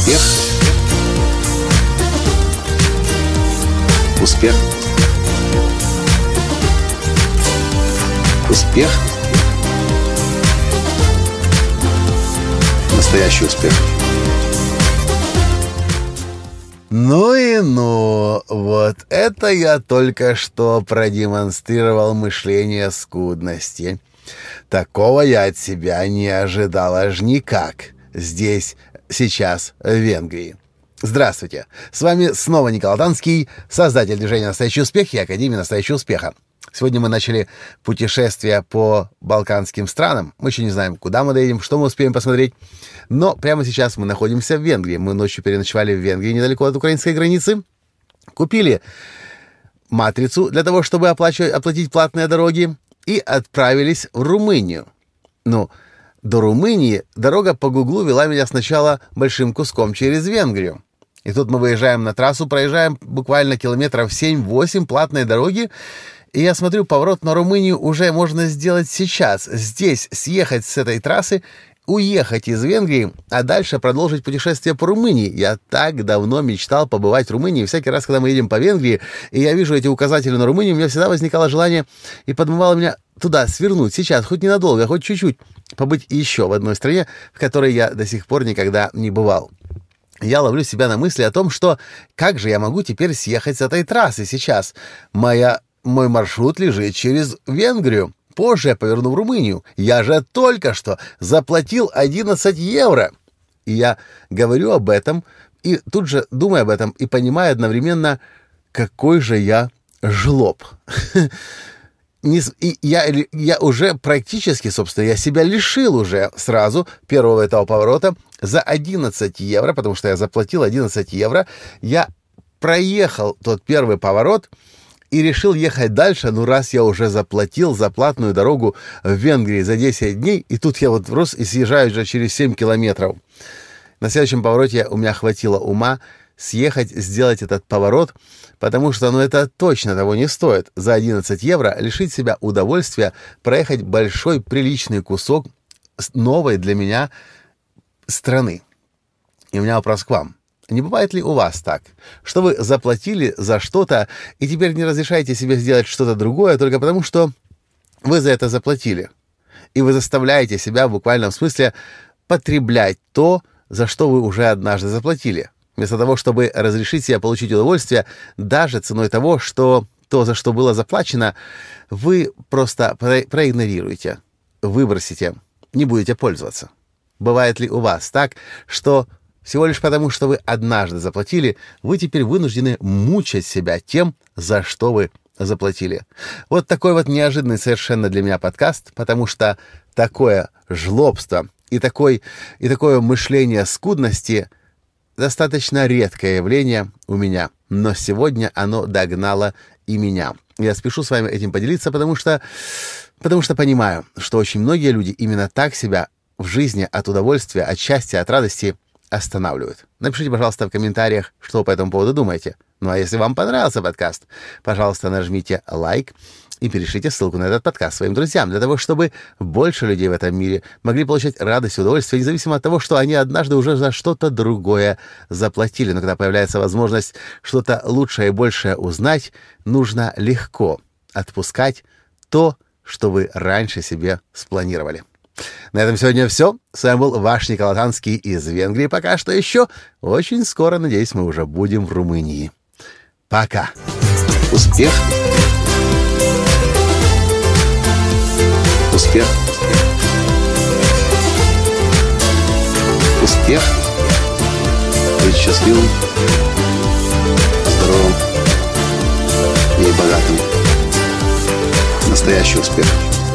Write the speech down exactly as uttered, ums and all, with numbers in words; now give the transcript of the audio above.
Успех. Успех. Успех. Настоящий успех. Ну и ну, вот это я только что продемонстрировал мышление скудности. Такого я от себя не ожидал аж никак. Здесь, сейчас, в Венгрии. Здравствуйте, с вами снова Николай Танский, создатель движения «Настоящий успех» и Академии «Настоящего успеха». Сегодня мы начали путешествие по балканским странам. Мы еще не знаем, куда мы доедем, что мы успеем посмотреть. Но прямо сейчас мы находимся в Венгрии. Мы ночью переночевали в Венгрии, недалеко от украинской границы. Купили матрицу для того, чтобы оплачивать, оплатить платные дороги. И отправились в Румынию. Ну, до Румынии дорога по Гуглу вела меня сначала большим куском через Венгрию. И тут мы выезжаем на трассу, проезжаем буквально километров семь-восемь платной дороги. И я смотрю, поворот на Румынию уже можно сделать сейчас. Здесь съехать с этой трассы, уехать из Венгрии, а дальше продолжить путешествие по Румынии. Я так давно мечтал побывать в Румынии. Всякий раз, когда мы едем по Венгрии, и я вижу эти указатели на Румынию, у меня всегда возникало желание и подмывало меня туда свернуть сейчас, хоть ненадолго, хоть чуть-чуть, побыть еще в одной стране, в которой я до сих пор никогда не бывал. Я ловлю себя на мысли о том, что как же я могу теперь съехать с этой трассы сейчас? Моя, мой маршрут лежит через Венгрию. Позже я поверну в Румынию. Я же только что заплатил одиннадцать евро. И я говорю об этом, и тут же думаю об этом, и понимаю одновременно, какой же я жлоб. И я, я уже практически, собственно, я себя лишил уже сразу первого этого поворота за одиннадцать евро, потому что я заплатил одиннадцать евро. Я проехал тот первый поворот и решил ехать дальше, ну раз я уже заплатил за платную дорогу в Венгрии за десять дней, и тут я вот врос и съезжаю уже через семь километров. На следующем повороте у меня хватило ума съехать, сделать этот поворот, потому что, ну, это точно того не стоит. За одиннадцать евро лишить себя удовольствия проехать большой приличный кусок новой для меня страны. И у меня вопрос к вам. Не бывает ли у вас так, что вы заплатили за что-то и теперь не разрешаете себе сделать что-то другое только потому, что вы за это заплатили? И вы заставляете себя в буквальном смысле потреблять то, за что вы уже однажды заплатили. Вместо того, чтобы разрешить себе получить удовольствие даже ценой того, что то, за что было заплачено, вы просто про- проигнорируете, выбросите, не будете пользоваться. Бывает ли у вас так, что всего лишь потому, что вы однажды заплатили, вы теперь вынуждены мучать себя тем, за что вы заплатили? Вот такой вот неожиданный совершенно для меня подкаст, потому что такое жлобство и, такой, и такое мышление скудности достаточно редкое явление у меня, но сегодня оно догнало и меня. Я спешу с вами этим поделиться, потому что, потому что понимаю, что очень многие люди именно так себя в жизни от удовольствия, от счастья, от радости останавливают. Напишите, пожалуйста, в комментариях, что вы по этому поводу думаете. Ну а если вам понравился подкаст, пожалуйста, нажмите лайк и перешлите ссылку на этот подкаст своим друзьям, для того, чтобы больше людей в этом мире могли получать радость и удовольствие, независимо от того, что они однажды уже за что-то другое заплатили. Но когда появляется возможность что-то лучшее и большее узнать, нужно легко отпускать то, что вы раньше себе спланировали. На этом сегодня все. С вами был ваш Николай Танский из Венгрии. Пока что еще. Очень скоро, надеюсь, мы уже будем в Румынии. Пока. Успех. Успех. Успех. Быть счастливым, здоровым и богатым. Настоящий успех.